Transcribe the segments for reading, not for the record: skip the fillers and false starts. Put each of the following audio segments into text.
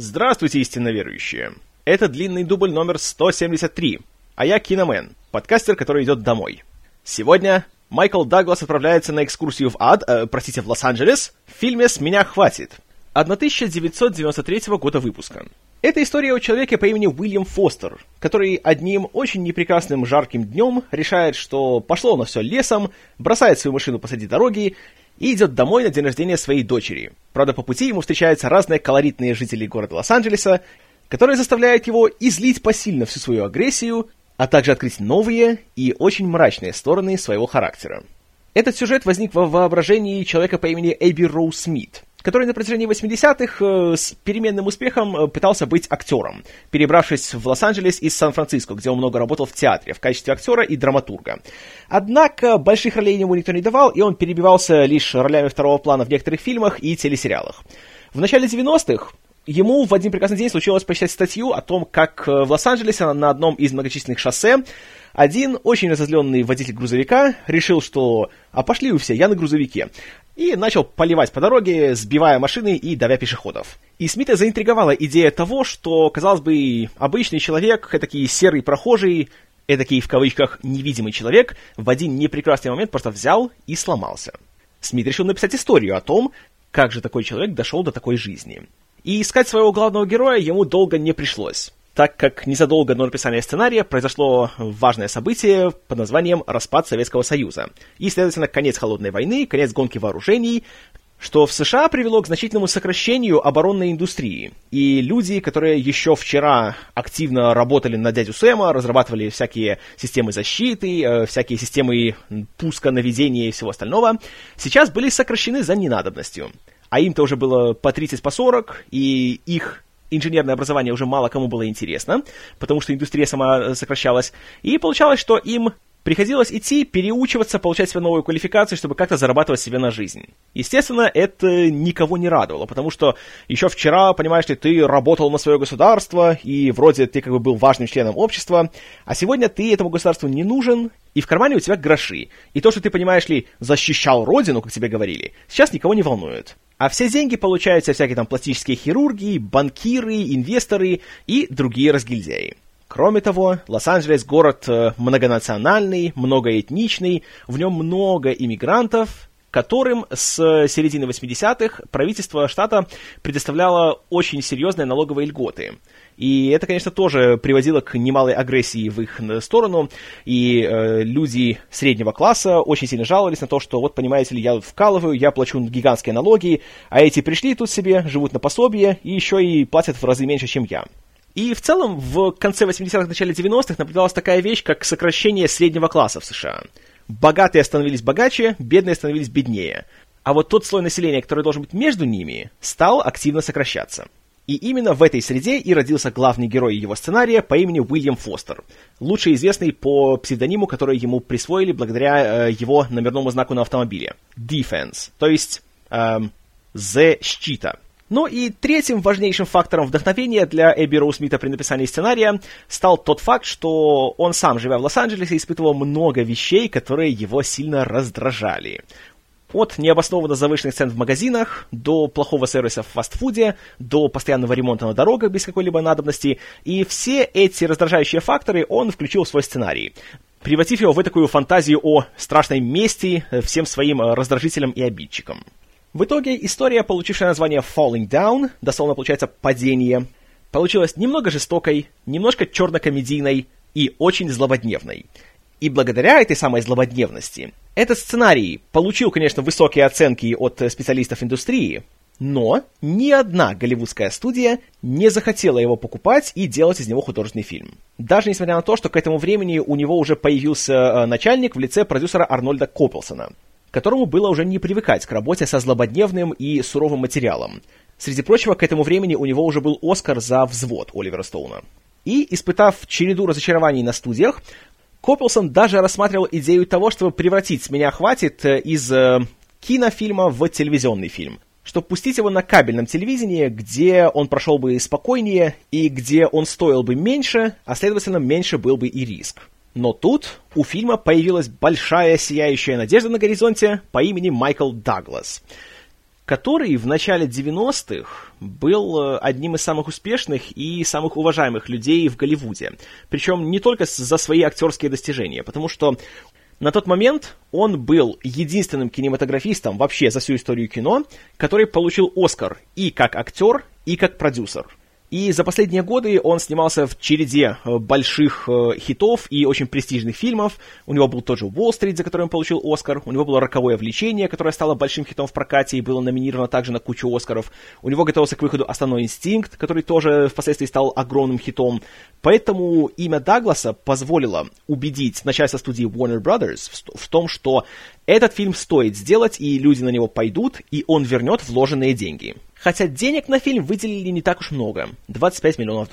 Здравствуйте, истинно верующие! Это длинный дубль номер 173, а я Киномен, подкастер, который идет домой. Сегодня Майкл Даглас отправляется на экскурсию в в Лос-Анджелес в фильме «С меня хватит» 1993 года выпуска. Это история о человеке по имени Уильям Фостер, который одним очень непрекрасным жарким днем решает, что пошло оно все лесом, бросает свою машину посреди дороги и идет домой на день рождения своей дочери. Правда, по пути ему встречаются разные колоритные жители города Лос-Анджелеса, которые заставляют его излить посильно всю свою агрессию, а также открыть новые и очень мрачные стороны своего характера. Этот сюжет возник во воображении человека по имени Эбби Роуз Смит, который на протяжении 80-х с переменным успехом пытался быть актером, перебравшись в Лос-Анджелес из Сан-Франциско, где он много работал в театре в качестве актера и драматурга. Однако больших ролей ему никто не давал, и он перебивался лишь ролями второго плана в некоторых фильмах и телесериалах. В начале 90-х ему в один прекрасный день случилось прочитать статью о том, как в Лос-Анджелесе на одном из многочисленных шоссе один очень разозленный водитель грузовика решил, что «а пошли вы все, я на грузовике», и начал поливать по дороге, сбивая машины и давя пешеходов. И Смита заинтриговала идея того, что, казалось бы, обычный человек, этакий серый прохожий, этакий в кавычках «невидимый человек», в один непрекрасный момент просто взял и сломался. Смит решил написать историю о том, как же такой человек дошел до такой жизни. И искать своего главного героя ему долго не пришлось, так как незадолго до написания сценария произошло важное событие под названием «Распад Советского Союза» и, следовательно, конец Холодной войны, конец гонки вооружений, что в США привело к значительному сокращению оборонной индустрии. И люди, которые еще вчера активно работали на дядю Сэма, разрабатывали всякие системы защиты, всякие системы пуска, наведения и всего остального, сейчас были сокращены за ненадобностью. А им-то уже было по 30, по 40, и их инженерное образование уже мало кому было интересно, потому что индустрия сама сокращалась, и получалось, что им приходилось идти, переучиваться, получать себе новую квалификацию, чтобы как-то зарабатывать себе на жизнь. Естественно, это никого не радовало, потому что еще вчера, понимаешь ли, ты работал на свое государство, и вроде ты как бы был важным членом общества, а сегодня ты этому государству не нужен, и в кармане у тебя гроши. И то, что ты, понимаешь ли, защищал родину, как тебе говорили, сейчас никого не волнует. А все деньги получаются всякие там пластические хирурги, банкиры, инвесторы и другие разгильдяи. Кроме того, Лос-Анджелес город многонациональный, многоэтничный, в нем много иммигрантов, которым с середины 80-х правительство штата предоставляло очень серьезные налоговые льготы. И это, конечно, тоже приводило к немалой агрессии в их сторону, и люди среднего класса очень сильно жаловались на то, что, вот, понимаете ли, я тут вкалываю, я плачу гигантские налоги, а эти пришли тут себе, живут на пособие, и еще и платят в разы меньше, чем я. И в целом в конце 80-х, начале 90-х наблюдалась такая вещь, как сокращение среднего класса в США. Богатые становились богаче, бедные становились беднее. А вот тот слой населения, который должен быть между ними, стал активно сокращаться. И именно в этой среде и родился главный герой его сценария по имени Уильям Фостер, лучше известный по псевдониму, который ему присвоили благодаря его номерному знаку на автомобиле – Defense, то есть «защита». Ну и третьим важнейшим фактором вдохновения для Эбби Роуз Смита при написании сценария стал тот факт, что он сам, живя в Лос-Анджелесе, испытывал много вещей, которые его сильно раздражали. От необоснованно завышенных цен в магазинах, до плохого сервиса в фастфуде, до постоянного ремонта на дорогах без какой-либо надобности. И все эти раздражающие факторы он включил в свой сценарий, превратив его в такую фантазию о страшной мести всем своим раздражителям и обидчикам. В итоге история, получившая название Falling Down, дословно получается «падение», получилась немного жестокой, немножко черно-комедийной и очень злободневной. И благодаря этой самой злободневности этот сценарий получил, конечно, высокие оценки от специалистов индустрии, но ни одна голливудская студия не захотела его покупать и делать из него художественный фильм. Даже несмотря на то, что к этому времени у него уже появился начальник в лице продюсера Арнольда Копполсона, которому было уже не привыкать к работе со злободневным и суровым материалом. Среди прочего, к этому времени у него уже был Оскар за «Взвод» Оливера Стоуна. И, испытав череду разочарований на студиях, Копполсон даже рассматривал идею того, чтобы превратить «С меня хватит» из кинофильма в телевизионный фильм, чтобы пустить его на кабельном телевидении, где он прошел бы спокойнее и где он стоил бы меньше, а следовательно меньше был бы и риск. Но тут у фильма появилась большая сияющая надежда на горизонте по имени Майкл Даглас, который в начале 90-х был одним из самых успешных и самых уважаемых людей в Голливуде. Причем не только за свои актерские достижения, потому что на тот момент он был единственным кинематографистом вообще за всю историю кино, который получил Оскар и как актер, и как продюсер. И за последние годы он снимался в череде больших хитов и очень престижных фильмов. У него был тот же «Уолл-стрит», за который он получил Оскар. У него было «Роковое влечение», которое стало большим хитом в прокате и было номинировано также на кучу Оскаров. У него готовился к выходу «Основной инстинкт», который тоже впоследствии стал огромным хитом. Поэтому имя Дагласа позволило убедить начальство студии Warner Brothers в том, что этот фильм стоит сделать, и люди на него пойдут, и он вернет вложенные деньги. Хотя денег на фильм выделили не так уж много – $25 миллионов.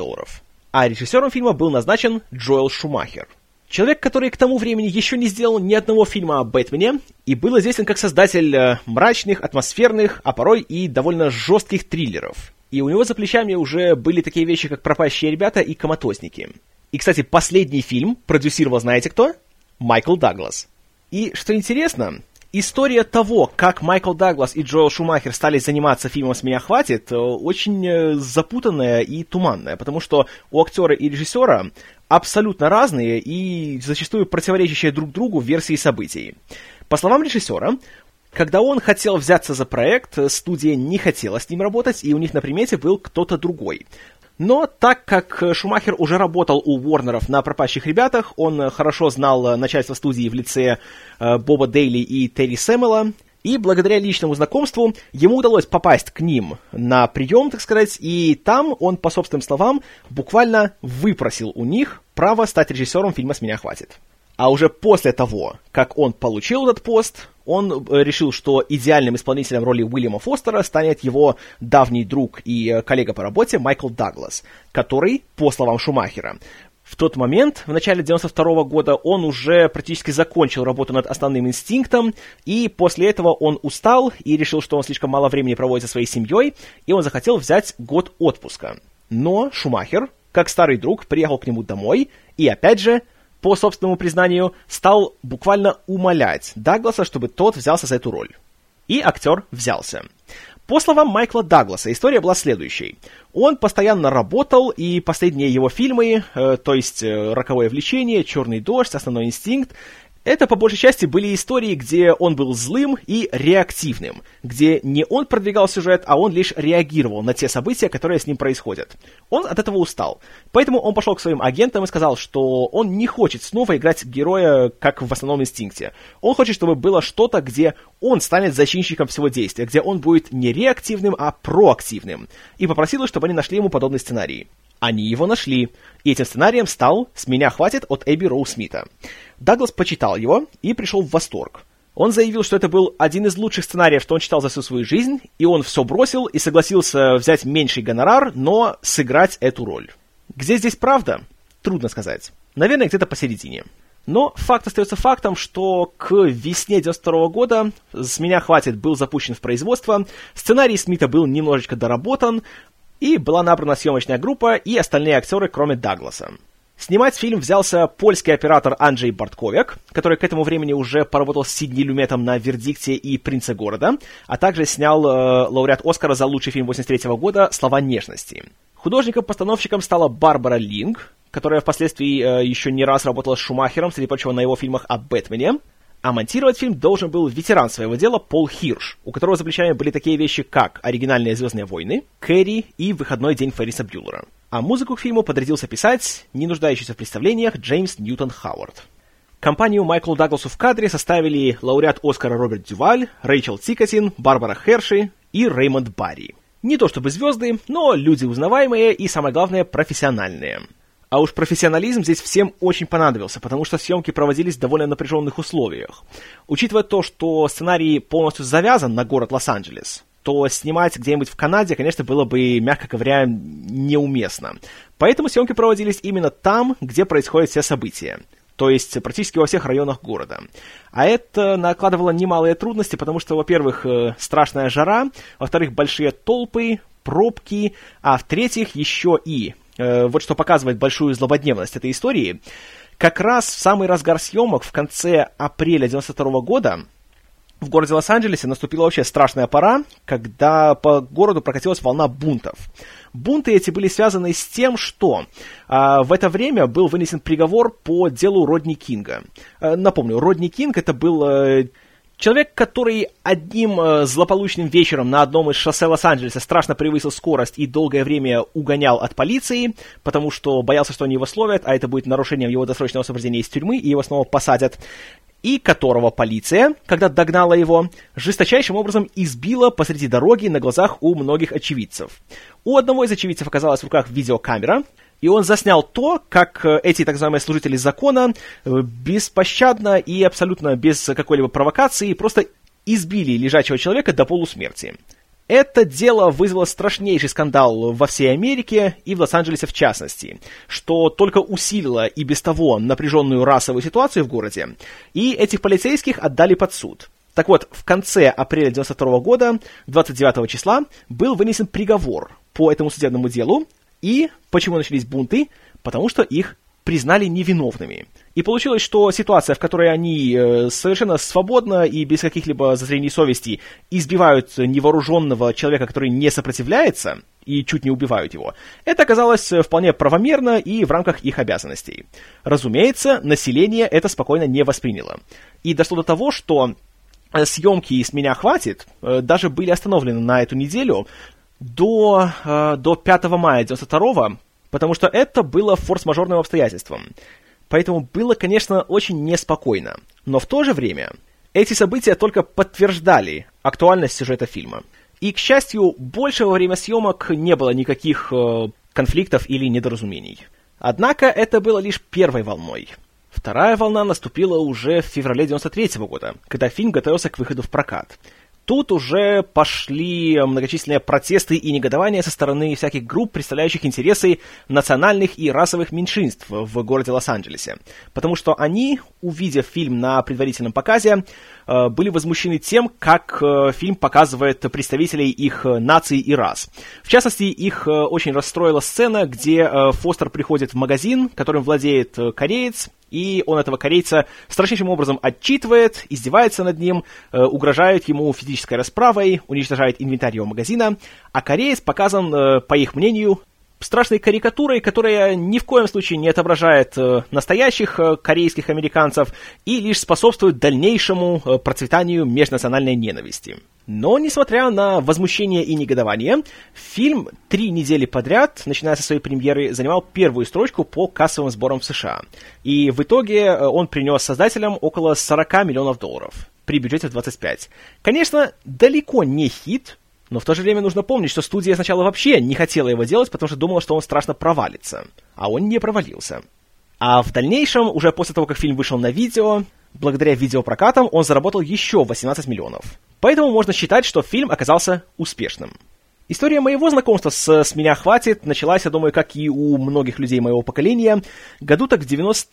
А режиссером фильма был назначен Джоэл Шумахер. Человек, который к тому времени еще не сделал ни одного фильма о Бэтмене, и был известен как создатель мрачных, атмосферных, а порой и довольно жестких триллеров. И у него за плечами уже были такие вещи, как «Пропащие ребята» и «Коматозники». И, кстати, последний фильм продюсировал, знаете кто? Майкл Даглас. И, что интересно, история того, как Майкл Даглас и Джоэл Шумахер стали заниматься фильмом «С меня хватит», очень запутанная и туманная, потому что у актера и режиссера абсолютно разные и зачастую противоречащие друг другу версии событий. По словам режиссера, когда он хотел взяться за проект, студия не хотела с ним работать, и у них на примете был кто-то другой. Но так как Шумахер уже работал у Уорнеров на «Пропащих ребятах», он хорошо знал начальство студии в лице Боба Дейли и Терри Сэммела, и благодаря личному знакомству ему удалось попасть к ним на прием, так сказать, и там он, по собственным словам, буквально выпросил у них право стать режиссером фильма «С меня хватит». А уже после того, как он получил этот пост, он решил, что идеальным исполнителем роли Уильяма Фостера станет его давний друг и коллега по работе Майкл Даглас, который, по словам Шумахера, в тот момент, в начале 92 года, он уже практически закончил работу над «Основным инстинктом», и после этого он устал и решил, что он слишком мало времени проводит со своей семьей, и он захотел взять год отпуска. Но Шумахер, как старый друг, приехал к нему домой и, опять же, по собственному признанию, стал буквально умолять Дагласа, чтобы тот взялся за эту роль. И актер взялся. По словам Майкла Дагласа, история была следующей. Он постоянно работал, и последние его фильмы, то есть «Роковое влечение», «Черный дождь», «Основной инстинкт», это, по большей части, были истории, где он был злым и реактивным, где не он продвигал сюжет, а он лишь реагировал на те события, которые с ним происходят. Он от этого устал. Поэтому он пошел к своим агентам и сказал, что он не хочет снова играть героя, как в «Основном инстинкте». Он хочет, чтобы было что-то, где он станет зачинщиком всего действия, где он будет не реактивным, а проактивным. И попросил, чтобы они нашли ему подобный сценарий. Они его нашли, и этим сценарием стал «С меня хватит» от Эбби Роу Смита. Даглас почитал его и пришел в восторг. Он заявил, что это был один из лучших сценариев, что он читал за всю свою жизнь, и он все бросил и согласился взять меньший гонорар, но сыграть эту роль. Где здесь правда? Трудно сказать. Наверное, где-то посередине. Но факт остается фактом, что к весне 92 года «С меня хватит» был запущен в производство, сценарий Смита был немножечко доработан, и была набрана съемочная группа и остальные актеры, кроме Дагласа. Снимать фильм взялся польский оператор Анджей Бартковик, который к этому времени уже поработал с Сидни Люметом на «Вердикте» и «Принце города», а также снял лауреат Оскара за лучший фильм 1983 года «Слова нежности». Художником-постановщиком стала Барбара Линг, которая впоследствии еще не раз работала с Шумахером, среди прочего, на его фильмах о Бэтмене. А монтировать фильм должен был ветеран своего дела Пол Хирш, у которого за плечами были такие вещи, как оригинальные «Звездные войны», «Кэрри» и «Выходной день» Ферриса Бьюллера. А музыку к фильму подрядился писать, не нуждающийся в представлениях, Джеймс Ньютон Хауард. Компанию Майклу Дагласу в кадре составили лауреат Оскара Роберт Дюваль, Рэйчел Тикотин, Барбара Херши и Реймонд Барри. Не то чтобы звезды, но люди узнаваемые и, самое главное, профессиональные. А уж профессионализм здесь всем очень понадобился, потому что съемки проводились в довольно напряженных условиях. Учитывая то, что сценарий полностью завязан на город Лос-Анджелес, то снимать где-нибудь в Канаде, конечно, было бы, мягко говоря, неуместно. Поэтому съемки проводились именно там, где происходят все события. То есть практически во всех районах города. А это накладывало немалые трудности, потому что, во-первых, страшная жара, во-вторых, большие толпы, пробки, а в-третьих, еще и... Вот что показывает большую злободневность этой истории. Как раз в самый разгар съемок в конце апреля 1992 года в городе Лос-Анджелесе наступила вообще страшная пора, когда по городу прокатилась волна бунтов. Бунты эти были связаны с тем, что в это время был вынесен приговор по делу Родни Кинга. Напомню, Родни Кинг это был человек, который одним злополучным вечером на одном из шоссе Лос-Анджелеса страшно превысил скорость и долгое время угонял от полиции, потому что боялся, что они его словят, а это будет нарушением его досрочного освобождения из тюрьмы, и его снова посадят. И которого полиция, когда догнала его, жесточайшим образом избила посреди дороги на глазах у многих очевидцев. У одного из очевидцев оказалась в руках видеокамера, и он заснял то, как эти так называемые служители закона беспощадно и абсолютно без какой-либо провокации просто избили лежачего человека до полусмерти. Это дело вызвало страшнейший скандал во всей Америке и в Лос-Анджелесе в частности, что только усилило и без того напряженную расовую ситуацию в городе, и этих полицейских отдали под суд. Так вот, в конце апреля 1992 года, 29 числа, был вынесен приговор по этому судебному делу, и почему начались бунты? Потому что их признали невиновными. И получилось, что ситуация, в которой они совершенно свободно и без каких-либо зазрений совести избивают невооруженного человека, который не сопротивляется, и чуть не убивают его, это оказалось вполне правомерно и в рамках их обязанностей. Разумеется, население это спокойно не восприняло. И дошло до того, что съемки «С меня хватит» даже были остановлены на эту неделю до 5 мая 1992, потому что это было форс-мажорным обстоятельством. Поэтому было, конечно, очень неспокойно. Но в то же время эти события только подтверждали актуальность сюжета фильма. И, к счастью, больше во время съемок не было никаких конфликтов или недоразумений. Однако это было лишь первой волной. Вторая волна наступила уже в феврале 1993 года, когда фильм готовился к выходу в прокат. Тут уже пошли многочисленные протесты и негодования со стороны всяких групп, представляющих интересы национальных и расовых меньшинств в городе Лос-Анджелесе. Потому что они, увидев фильм на предварительном показе, были возмущены тем, как фильм показывает представителей их наций и рас. В частности, их очень расстроила сцена, где Фостер приходит в магазин, которым владеет кореец, и он этого корейца страшнейшим образом отчитывает, издевается над ним, угрожает ему физической расправой, уничтожает инвентарь его магазина, а кореец показан, по их мнению, страшной карикатурой, которая ни в коем случае не отображает настоящих корейских американцев и лишь способствует дальнейшему процветанию межнациональной ненависти. Но, несмотря на возмущение и негодование, фильм 3 недели подряд, начиная со своей премьеры, занимал первую строчку по кассовым сборам в США. И в итоге он принес создателям около $40 миллионов при бюджете в 25. Конечно, далеко не хит, но в то же время нужно помнить, что студия сначала вообще не хотела его делать, потому что думала, что он страшно провалится. А он не провалился. А в дальнейшем, уже после того, как фильм вышел на видео, благодаря видеопрокатам он заработал еще 18 миллионов. Поэтому можно считать, что фильм оказался успешным. История моего знакомства с «Меня хватит» началась, я думаю, как и у многих людей моего поколения, году так в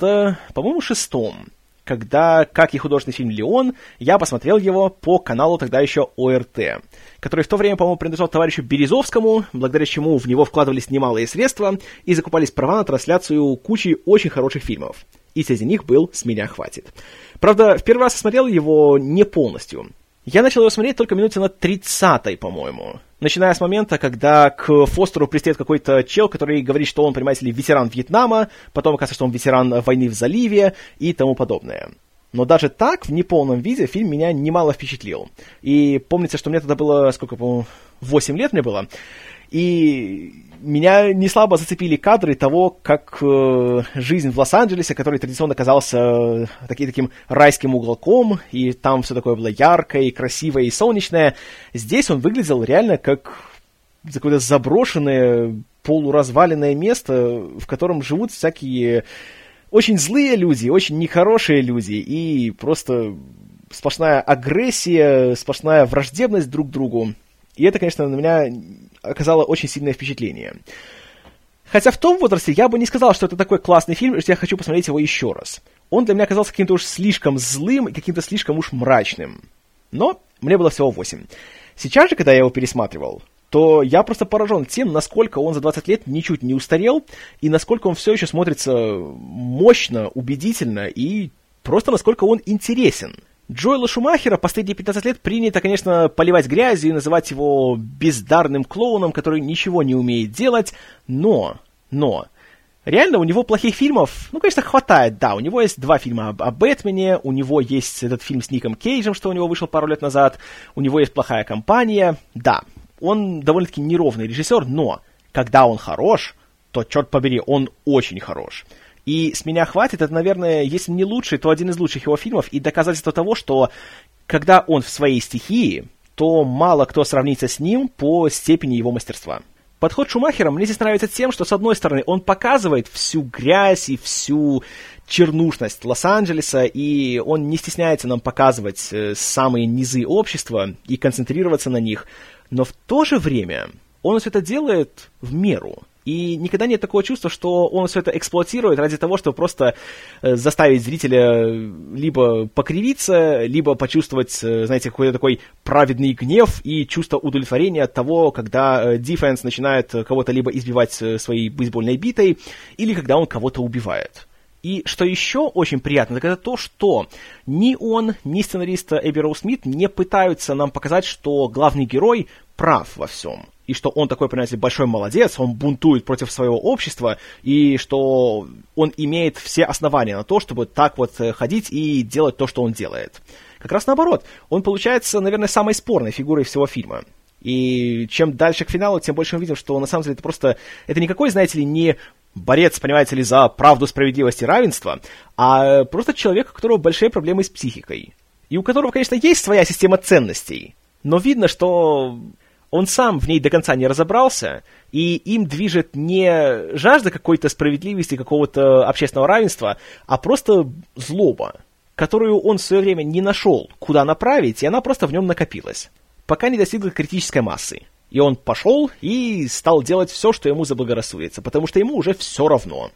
96-м, когда, как и художественный фильм «Леон», я посмотрел его по каналу тогда еще ОРТ, который в то время, по-моему, принадлежал товарищу Березовскому, благодаря чему в него вкладывались немалые средства и закупались права на трансляцию кучи очень хороших фильмов. И среди них был «С меня хватит». Правда, в первый раз я смотрел его не полностью. Я начал его смотреть только минуте на 30-й, по-моему. Начиная с момента, когда к Фостеру пристает какой-то чел, который говорит, что он, понимаете ли, ветеран Вьетнама, потом оказывается, что он ветеран войны в заливе и тому подобное. Но даже так, в неполном виде, фильм меня немало впечатлил. И помнится, что мне тогда было, сколько, по-моему, 8 лет мне было, и меня неслабо зацепили кадры того, как жизнь в Лос-Анджелесе, который традиционно казался таким райским уголком, и там все такое было яркое, и красивое, и солнечное. Здесь он выглядел реально как какое-то заброшенное, полуразваленное место, в котором живут всякие очень злые люди, очень нехорошие люди, и просто сплошная агрессия, сплошная враждебность друг к другу. И это, конечно, на меня оказало очень сильное впечатление. Хотя в том возрасте я бы не сказал, что это такой классный фильм, что я хочу посмотреть его еще раз. Он для меня оказался каким-то уж слишком злым и каким-то слишком уж мрачным. Но мне было всего 8. Сейчас же, когда я его пересматривал, то я просто поражен тем, насколько он за 20 лет ничуть не устарел, и насколько он все еще смотрится мощно, убедительно, и просто насколько он интересен. Джоэла Шумахера последние 15 лет принято, конечно, поливать грязью и называть его бездарным клоуном, который ничего не умеет делать, но... Реально, у него плохих фильмов, конечно, хватает, да. У него есть 2 фильма о Бэтмене, у него есть этот фильм с Ником Кейджем, что у него вышел пару лет назад, у него есть «Плохая компания». Да, он довольно-таки неровный режиссер, но когда он хорош, то, черт побери, он очень хорош. И «С меня хватит» — это, наверное, если не лучший, то один из лучших его фильмов, и доказательство того, что когда он в своей стихии, то мало кто сравнится с ним по степени его мастерства. Подход Шумахера мне здесь нравится тем, что, с одной стороны, он показывает всю грязь и всю чернушность Лос-Анджелеса, и он не стесняется нам показывать самые низы общества и концентрироваться на них, но в то же время он все это делает в меру. И никогда нет такого чувства, что он все это эксплуатирует ради того, чтобы просто заставить зрителя либо покривиться, либо почувствовать, знаете, какой-то такой праведный гнев и чувство удовлетворения от того, когда дефенс начинает кого-то либо избивать своей бейсбольной битой, или когда он кого-то убивает. И что еще очень приятно, так это то, что ни он, ни сценарист Эбби Роуз Смит не пытаются нам показать, что главный герой прав во всем. И что он такой, понимаете, большой молодец, он бунтует против своего общества, и что он имеет все основания на то, чтобы так вот ходить и делать то, что он делает. Как раз наоборот, он получается, наверное, самой спорной фигурой всего фильма. И чем дальше к финалу, тем больше мы видим, что на самом деле это просто... Это никакой, знаете ли, не борец, понимаете ли, за правду, справедливость и равенство, а просто человек, у которого большие проблемы с психикой. И у которого, конечно, есть своя система ценностей, но видно, что... Он сам в ней до конца не разобрался, и им движет не жажда какой-то справедливости, какого-то общественного равенства, а просто злоба, которую он в свое время не нашел, куда направить, и она просто в нем накопилась, пока не достигла критической массы. И он пошел и стал делать все, что ему заблагорассудится, потому что ему уже все равно.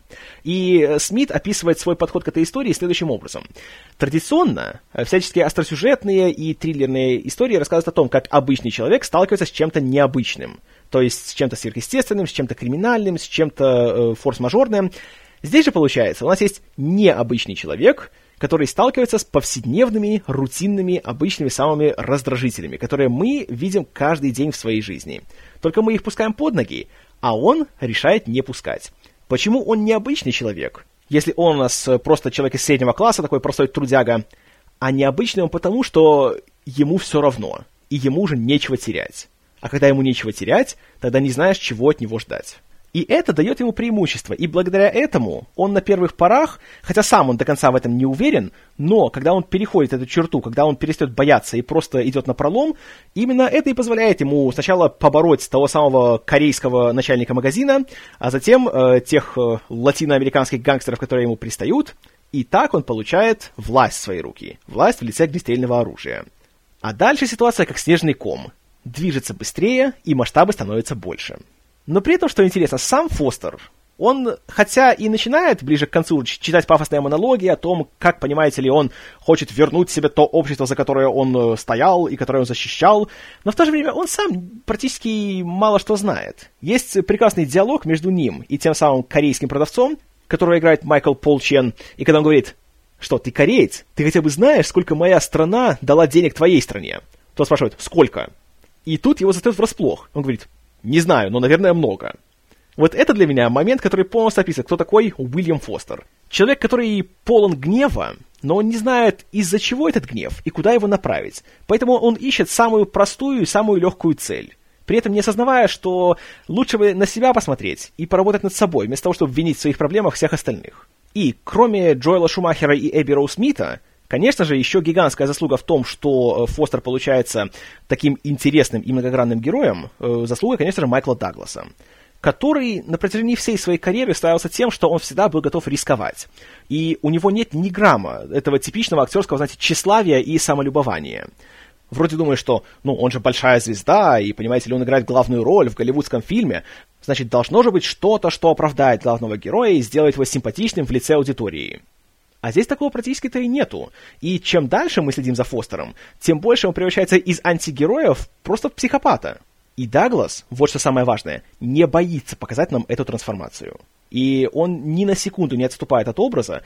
И Смит описывает свой подход к этой истории следующим образом. Традиционно всяческие остросюжетные и триллерные истории рассказывают о том, как обычный человек сталкивается с чем-то необычным. То есть с чем-то сверхъестественным, с чем-то криминальным, с чем-то форс-мажорным. Здесь же, получается, у нас есть необычный человек, который сталкивается с повседневными, рутинными, обычными самыми раздражителями, которые мы видим каждый день в своей жизни. Только мы их пускаем под ноги, а он решает не пускать. Почему он необычный человек? Если он у нас просто человек из среднего класса, такой простой трудяга, а необычный он потому, что ему все равно, и ему уже нечего терять. А когда ему нечего терять, тогда не знаешь, чего от него ждать. И это дает ему преимущество, и благодаря этому он на первых порах, хотя сам он до конца в этом не уверен, но когда он переходит эту черту, когда он перестает бояться и просто идет напролом, именно это и позволяет ему сначала побороть того самого корейского начальника магазина, а затем тех латиноамериканских гангстеров, которые ему пристают, и так он получает власть в свои руки, власть в лице огнестрельного оружия. А дальше ситуация как снежный ком, движется быстрее и масштабы становятся больше. Но при этом, что интересно, сам Фостер, он, хотя и начинает ближе к концу читать пафосные монологи о том, как, понимаете ли, он хочет вернуть себе то общество, за которое он стоял и которое он защищал, но в то же время он сам практически мало что знает. Есть прекрасный диалог между ним и тем самым корейским продавцом, которого играет Майкл Пол Чен, и когда он говорит: «Что, ты кореец? Ты хотя бы знаешь, сколько моя страна дала денег твоей стране?» Тот спрашивает: «Сколько?» И тут его застает врасплох. Он говорит: «Не знаю, но, наверное, много». Вот это для меня момент, который полностью описывает, кто такой Уильям Фостер. Человек, который полон гнева, но он не знает, из-за чего этот гнев и куда его направить. Поэтому он ищет самую простую и самую легкую цель. При этом не осознавая, что лучше бы на себя посмотреть и поработать над собой, вместо того, чтобы винить в своих проблемах всех остальных. И кроме Джоэла Шумахера и Эбби Роуз Смита, конечно же, еще гигантская заслуга в том, что Фостер получается таким интересным и многогранным героем, заслуга, конечно же, Майкла Дагласа, который на протяжении всей своей карьеры славился тем, что он всегда был готов рисковать. И у него нет ни грамма этого типичного актерского, знаете, тщеславия и самолюбования. Вроде думаешь, что, он же большая звезда, и, понимаете ли, он играет главную роль в голливудском фильме, значит, должно же быть что-то, что оправдает главного героя и сделает его симпатичным в лице аудитории. А здесь такого практически-то и нету. И чем дальше мы следим за Фостером, тем больше он превращается из антигероя просто в психопата. И Даглас, вот что самое важное, не боится показать нам эту трансформацию. И он ни на секунду не отступает от образа,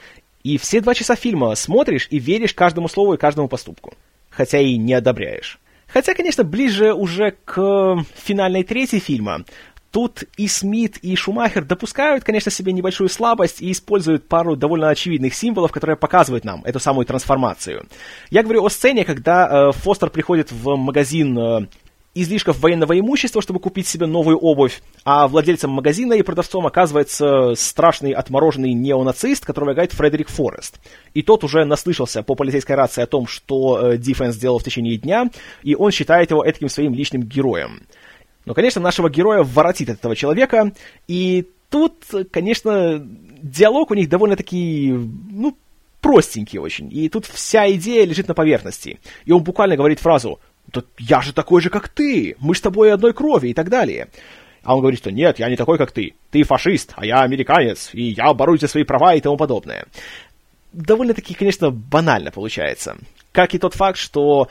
И все 2 часа фильма смотришь и веришь каждому слову и каждому поступку. Хотя и не одобряешь. Хотя, конечно, ближе уже к финальной трети фильма. Тут и Смит, и Шумахер допускают, конечно, себе небольшую слабость и используют пару довольно очевидных символов, которые показывают нам эту самую трансформацию. Я говорю о сцене, когда Фостер приходит в магазин излишков военного имущества, чтобы купить себе новую обувь, а владельцем магазина и продавцом оказывается страшный отмороженный неонацист, которого играет Фредерик Форест. И тот уже наслышался по полицейской рации о том, что Диффенс сделал в течение дня, и он считает его этаким своим личным героем. Но, конечно, нашего героя воротит от этого человека, и тут, конечно, диалог у них довольно-таки, простенький очень, и тут вся идея лежит на поверхности. И он буквально говорит фразу «Да я же такой же, как ты, мы с тобой одной крови» и так далее. А он говорит, что «Нет, я не такой, как ты фашист, а я американец, и я борюсь за свои права» и тому подобное. Довольно-таки, конечно, банально получается. Как и тот факт, что,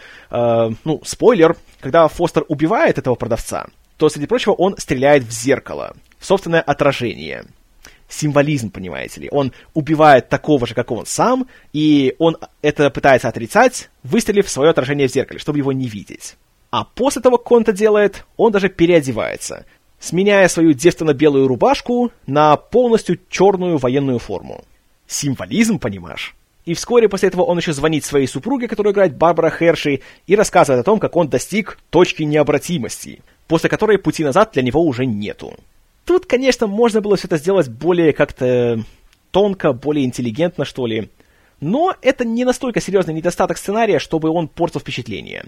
спойлер, когда Фостер убивает этого продавца, то, среди прочего, он стреляет в зеркало, в собственное отражение. Символизм, понимаете ли. Он убивает такого же, как он сам, и он это пытается отрицать, выстрелив в свое отражение в зеркале, чтобы его не видеть. А после того, как он это делает, он даже переодевается, сменяя свою девственно-белую рубашку на полностью черную военную форму. Символизм, понимаешь? И вскоре после этого он еще звонит своей супруге, которую играет Барбара Херши, и рассказывает о том, как он достиг точки необратимости, после которой пути назад для него уже нету. Тут, конечно, можно было все это сделать более как-то тонко, более интеллигентно, что ли. Но это не настолько серьезный недостаток сценария, чтобы он портил впечатление.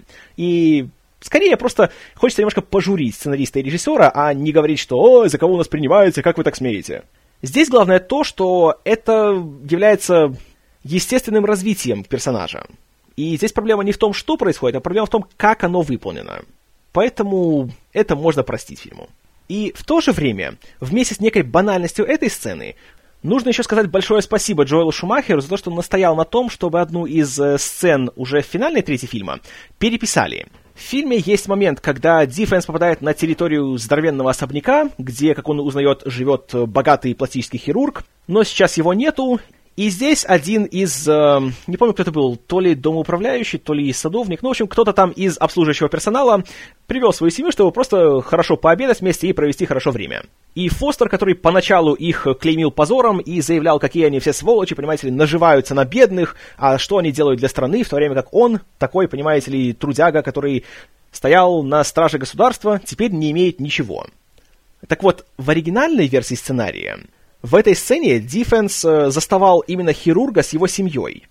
И скорее просто хочется немножко пожурить сценариста и режиссера, а не говорить, что «Ой, за кого вы нас принимаете, как вы так смеете?». Здесь главное то, что это является естественным развитием персонажа. И здесь проблема не в том, что происходит, а проблема в том, как оно выполнено. Поэтому это можно простить фильму. И в то же время, вместе с некой банальностью этой сцены, нужно еще сказать большое спасибо Джоэлу Шумахеру за то, что он настоял на том, чтобы одну из сцен уже в финальной трети фильма переписали. В фильме есть момент, когда Диффенс попадает на территорию здоровенного особняка, где, как он узнает, живет богатый пластический хирург, но сейчас его нету. И здесь один из, не помню, кто это был, то ли домоуправляющий, то ли садовник, в общем, кто-то там из обслуживающего персонала привел свою семью, чтобы просто хорошо пообедать вместе и провести хорошо время. И Фостер, который поначалу их клеймил позором и заявлял, какие они все сволочи, понимаете ли, наживаются на бедных, а что они делают для страны, в то время как он, такой, понимаете ли, трудяга, который стоял на страже государства, теперь не имеет ничего. Так вот, в оригинальной версии сценария в этой сцене Диффенс заставал именно хирурга с его семьей.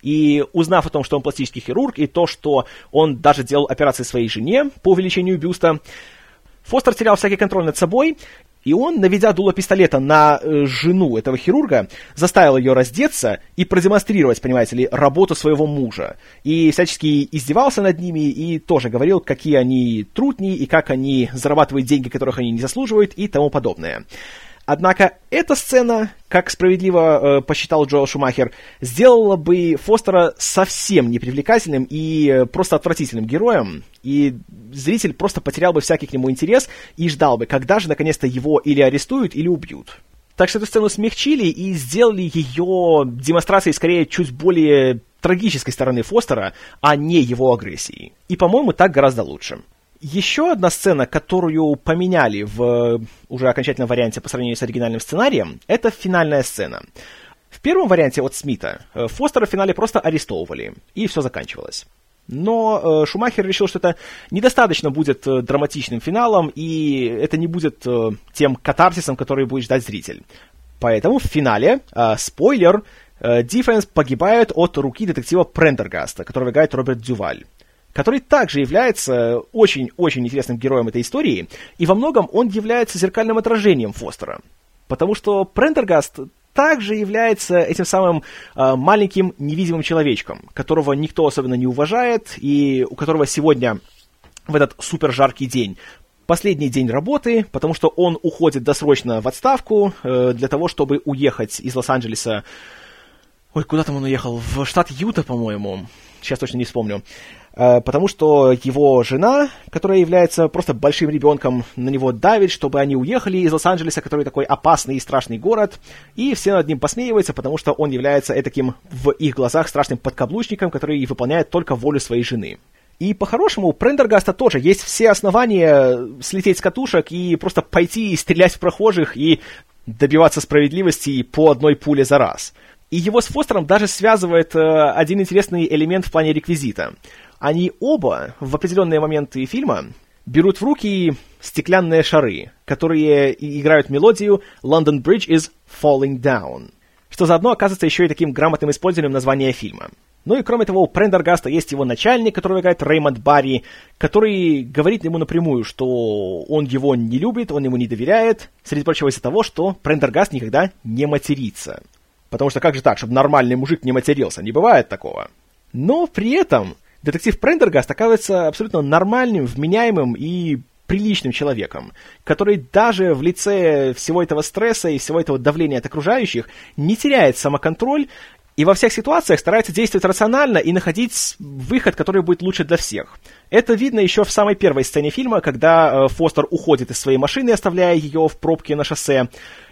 И узнав о том, что он пластический хирург, и то, что он даже делал операции своей жене по увеличению бюста, Фостер терял всякий контроль над собой, и он, наведя дуло пистолета на жену этого хирурга, заставил ее раздеться и продемонстрировать, понимаете ли, работу своего мужа. И всячески издевался над ними, и тоже говорил, какие они трутни, и как они зарабатывают деньги, которых они не заслуживают, и тому подобное. Однако эта сцена, как справедливо посчитал Джоэл Шумахер, сделала бы Фостера совсем непривлекательным и просто отвратительным героем, и зритель просто потерял бы всякий к нему интерес и ждал бы, когда же наконец-то его или арестуют, или убьют. Так что эту сцену смягчили и сделали ее демонстрацией скорее чуть более трагической стороны Фостера, а не его агрессии. И, по-моему, так гораздо лучше. Еще одна сцена, которую поменяли в уже окончательном варианте по сравнению с оригинальным сценарием, это финальная сцена. В первом варианте от Смита Фостера в финале просто арестовывали, и все заканчивалось. Но Шумахер решил, что это недостаточно будет драматичным финалом, и это не будет тем катарсисом, который будет ждать зритель. Поэтому в финале, спойлер, Диффенс погибает от руки детектива Прендергаста, которого играет Роберт Дюваль, который также является очень-очень интересным героем этой истории, и во многом он является зеркальным отражением Фостера. Потому что Прендергаст также является этим самым маленьким невидимым человечком, которого никто особенно не уважает, и у которого сегодня, в этот супер жаркий день, последний день работы, потому что он уходит досрочно в отставку для того, чтобы уехать из Лос-Анджелеса Ой, куда там он уехал? В штат Юта, по-моему. Сейчас точно не вспомню. Потому что его жена, которая является просто большим ребенком, на него давит, чтобы они уехали из Лос-Анджелеса, который такой опасный и страшный город, и все над ним посмеиваются, потому что он является этаким, в их глазах, страшным подкаблучником, который выполняет только волю своей жены. И по-хорошему, у Прендергаста тоже есть все основания слететь с катушек и просто пойти и стрелять в прохожих и добиваться справедливости по одной пуле за раз. И его с Фостером даже связывает один интересный элемент в плане реквизита. Они оба в определенные моменты фильма берут в руки стеклянные шары, которые играют мелодию «London Bridge is falling down», что заодно оказывается еще и таким грамотным использованием названия фильма. Ну и кроме того, у Прендергаста есть его начальник, которого играет Рэймонд Барри, который говорит ему напрямую, что он его не любит, он ему не доверяет, среди прочего из-за того, что Прендергаст никогда не матерится. Потому что как же так, чтобы нормальный мужик не матерился? Не бывает такого. Но при этом детектив Прендергаст оказывается абсолютно нормальным, вменяемым и приличным человеком, который даже в лице всего этого стресса и всего этого давления от окружающих не теряет самоконтроль и во всех ситуациях старается действовать рационально и находить выход, который будет лучше для всех. Это видно еще в самой первой сцене фильма, когда Фостер уходит из своей машины, оставляя ее в пробке на шоссе,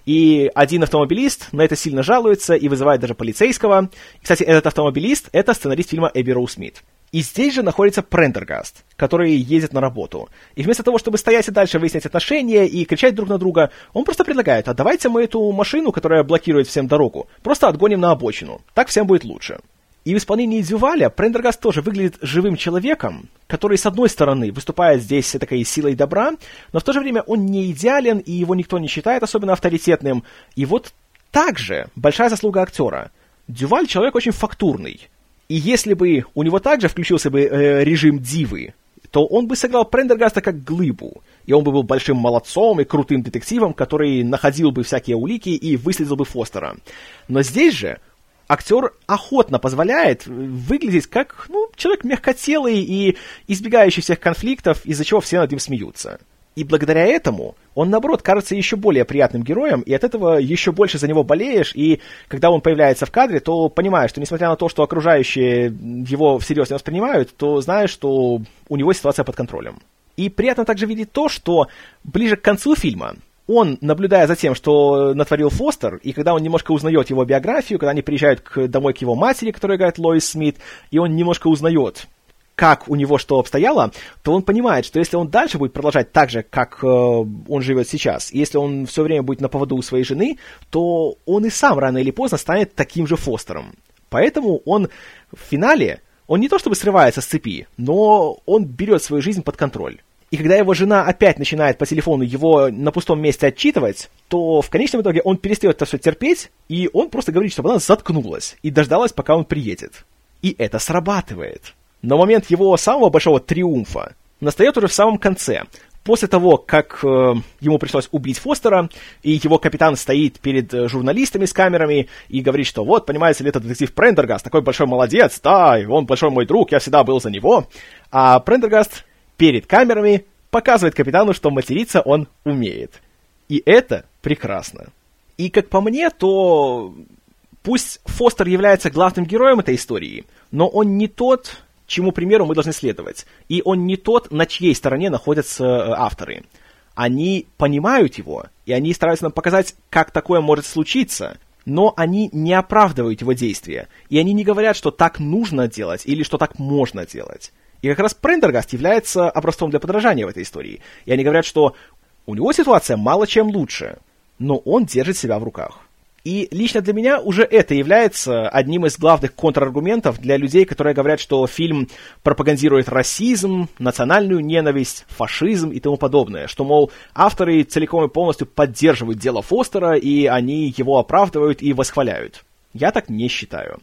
и один автомобилист на это сильно жалуется и вызывает даже полицейского. Кстати, этот автомобилист — это сценарист фильма Эбби Роуз Смит. И здесь же находится Прендергаст, который ездит на работу. И вместо того, чтобы стоять и дальше выяснять отношения и кричать друг на друга, он просто предлагает: а давайте мы эту машину, которая блокирует всем дорогу, просто отгоним на обочину. Так всем будет лучше. И в исполнении Дюваля Прендергаст тоже выглядит живым человеком, который, с одной стороны, выступает здесь такой силой добра, но в то же время он не идеален, и его никто не считает особенно авторитетным. И вот также большая заслуга актера. Дюваль человек очень фактурный. И если бы у него также включился бы режим дивы, то он бы сыграл Прендергаста как глыбу, и он бы был большим молодцом и крутым детективом, который находил бы всякие улики и выследил бы Фостера. Но здесь же актер охотно позволяет выглядеть как, человек мягкотелый и избегающий всех конфликтов, из-за чего все над ним смеются. И благодаря этому он, наоборот, кажется еще более приятным героем, и от этого еще больше за него болеешь, и когда он появляется в кадре, то понимаешь, что несмотря на то, что окружающие его всерьез не воспринимают, то знаешь, что у него ситуация под контролем. И приятно также видеть то, что ближе к концу фильма он, наблюдая за тем, что натворил Фостер, и когда он немножко узнает его биографию, когда они приезжают домой к его матери, которая играет Лоис Смит, и он немножко узнает, как у него что обстояло, то он понимает, что если он дальше будет продолжать так же, как он живет сейчас, и если он все время будет на поводу у своей жены, то он и сам рано или поздно станет таким же Фостером. Поэтому он в финале, он не то чтобы срывается с цепи, но он берет свою жизнь под контроль. И когда его жена опять начинает по телефону его на пустом месте отчитывать, то в конечном итоге он перестает это все терпеть, и он просто говорит, чтобы она заткнулась и дождалась, пока он приедет. И это срабатывает. Но момент его самого большого триумфа настает уже в самом конце. После того, как ему пришлось убить Фостера, и его капитан стоит перед журналистами с камерами и говорит, что вот, понимаете ли, это детектив Прендергаст, такой большой молодец, да, он большой мой друг, я всегда был за него. А Прендергаст перед камерами показывает капитану, что материться он умеет. И это прекрасно. И как по мне, то пусть Фостер является главным героем этой истории, но он не тот, чему примеру мы должны следовать. И он не тот, на чьей стороне находятся авторы. Они понимают его, и они стараются нам показать, как такое может случиться, но они не оправдывают его действия. И они не говорят, что так нужно делать или что так можно делать. И как раз Прендергаст является образцом для подражания в этой истории. И они говорят, что у него ситуация мало чем лучше, но он держит себя в руках. И лично для меня уже это является одним из главных контраргументов для людей, которые говорят, что фильм пропагандирует расизм, национальную ненависть, фашизм и тому подобное. Что, мол, авторы целиком и полностью поддерживают дело Фостера, и они его оправдывают и восхваляют. Я так не считаю.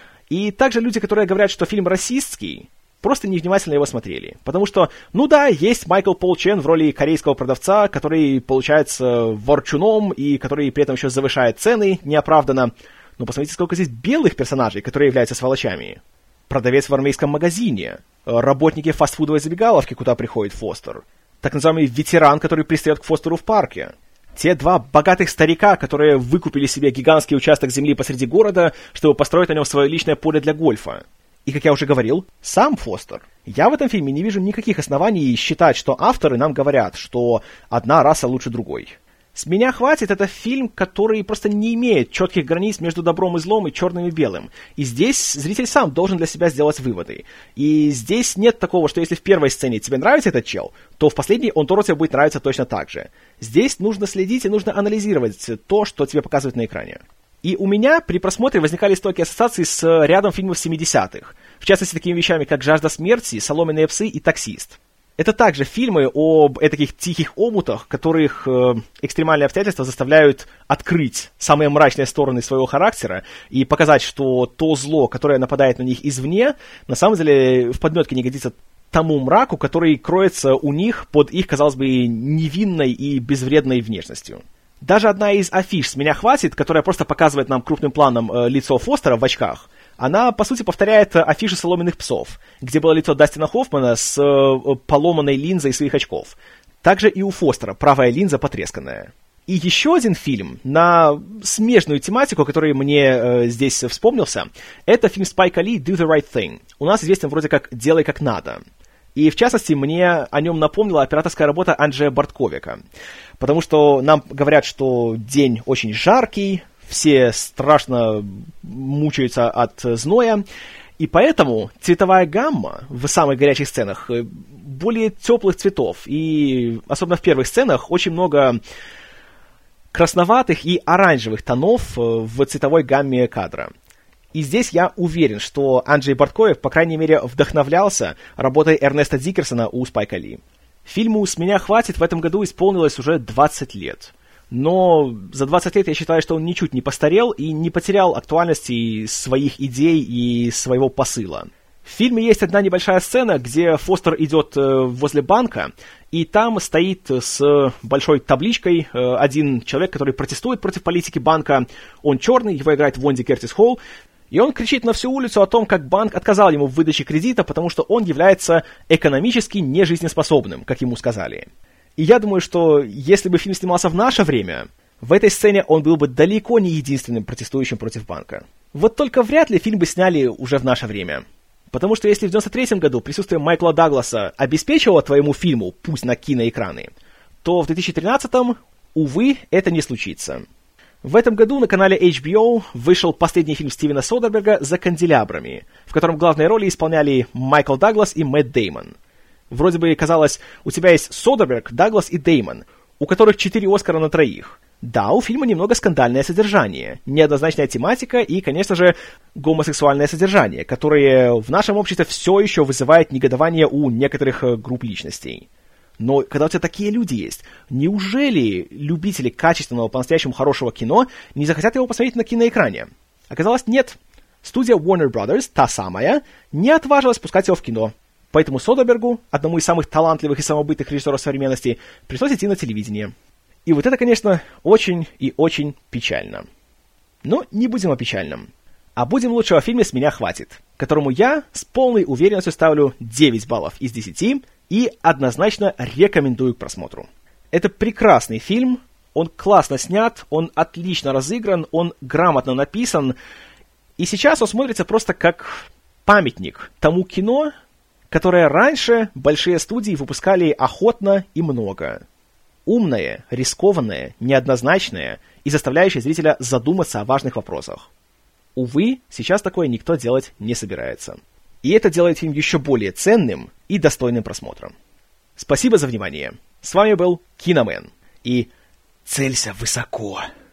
И также люди, которые говорят, что фильм расистский, просто невнимательно его смотрели. Потому что, есть Майкл Пол Чен в роли корейского продавца, который получается ворчуном и который при этом еще завышает цены неоправданно. Но посмотрите, сколько здесь белых персонажей, которые являются сволочами. Продавец в армейском магазине, работники фастфудовой забегаловки, куда приходит Фостер, так называемый ветеран, который пристает к Фостеру в парке. Те два богатых старика, которые выкупили себе гигантский участок земли посреди города, чтобы построить на нем свое личное поле для гольфа. И, как я уже говорил, сам Фостер. Я в этом фильме не вижу никаких оснований считать, что авторы нам говорят, что одна раса лучше другой. «С меня хватит» — это фильм, который просто не имеет четких границ между добром и злом и черным и белым. И здесь зритель сам должен для себя сделать выводы. И здесь нет такого, что если в первой сцене тебе нравится этот чел, то в последней он тоже тебе будет нравиться точно так же. Здесь нужно следить и нужно анализировать то, что тебе показывают на экране. И у меня при просмотре возникали стойкие ассоциации с рядом фильмов 70-х. В частности, такими вещами, как «Жажда смерти», «Соломенные псы» и «Таксист». Это также фильмы об таких тихих омутах, которых экстремальные обстоятельства заставляют открыть самые мрачные стороны своего характера и показать, что то зло, которое нападает на них извне, на самом деле в подметке не годится тому мраку, который кроется у них под их, казалось бы, невинной и безвредной внешностью. Даже одна из афиш «С меня хватит», которая просто показывает нам крупным планом лицо Фостера в очках, она, по сути, повторяет афиши «Соломенных псов», где было лицо Дастина Хоффмана с поломанной линзой своих очков. Также и у Фостера правая линза потресканная. И еще один фильм на смежную тематику, который мне здесь вспомнился, это фильм Спайка Ли «Do the Right Thing». У нас известен вроде как «Делай как надо». И, в частности, мне о нем напомнила операторская работа Анджея Бортковика. Потому что нам говорят, что день очень жаркий, все страшно мучаются от зноя, и поэтому цветовая гамма в самых горячих сценах более теплых цветов, и особенно в первых сценах очень много красноватых и оранжевых тонов в цветовой гамме кадра. И здесь я уверен, что Анджей Бортковик, по крайней мере, вдохновлялся работой Эрнеста Дикерсона у Спайка Ли. Фильму «С меня хватит» в этом году исполнилось уже 20 лет. Но за 20 лет я считаю, что он ничуть не постарел и не потерял актуальности своих идей и своего посыла. В фильме есть одна небольшая сцена, где Фостер идет возле банка, и там стоит с большой табличкой один человек, который протестует против политики банка. Он черный, его играет Вонди Кертис Холл, и он кричит на всю улицу о том, как банк отказал ему в выдаче кредита, потому что он является экономически нежизнеспособным, как ему сказали. И я думаю, что если бы фильм снимался в наше время, в этой сцене он был бы далеко не единственным протестующим против банка. Вот только вряд ли фильм бы сняли уже в наше время. Потому что если в 93-м году присутствие Майкла Дагласа обеспечивало твоему фильму путь на киноэкраны, то в 2013-м, увы, это не случится. В этом году на канале HBO вышел последний фильм Стивена Содерберга «За канделябрами», в котором главные роли исполняли Майкл Даглас и Мэтт Деймон. Вроде бы казалось, у тебя есть Содерберг, Даглас и Деймон, у которых 4 Оскара на 3. Да, у фильма немного скандальное содержание, неоднозначная тематика и, конечно же, гомосексуальное содержание, которое в нашем обществе все еще вызывает негодование у некоторых групп личностей. Но когда у тебя такие люди есть, неужели любители качественного, по-настоящему хорошего кино не захотят его посмотреть на киноэкране? Оказалось, нет. Студия Warner Brothers, та самая, не отважилась пускать его в кино. Поэтому Содербергу, одному из самых талантливых и самобытных режиссеров современности, пришлось идти на телевидение. И вот это, конечно, очень и очень печально. Но не будем о печальном. А будем лучше о фильме «С меня хватит», которому я с полной уверенностью ставлю 9 баллов из 10 и однозначно рекомендую к просмотру. Это прекрасный фильм, он классно снят, он отлично разыгран, он грамотно написан, и сейчас он смотрится просто как памятник тому кино, которое раньше большие студии выпускали охотно и много. Умное, рискованное, неоднозначное и заставляющее зрителя задуматься о важных вопросах. Увы, сейчас такое никто делать не собирается. И это делает фильм еще более ценным и достойным просмотра. Спасибо за внимание. С вами был Киномен. И целься высоко.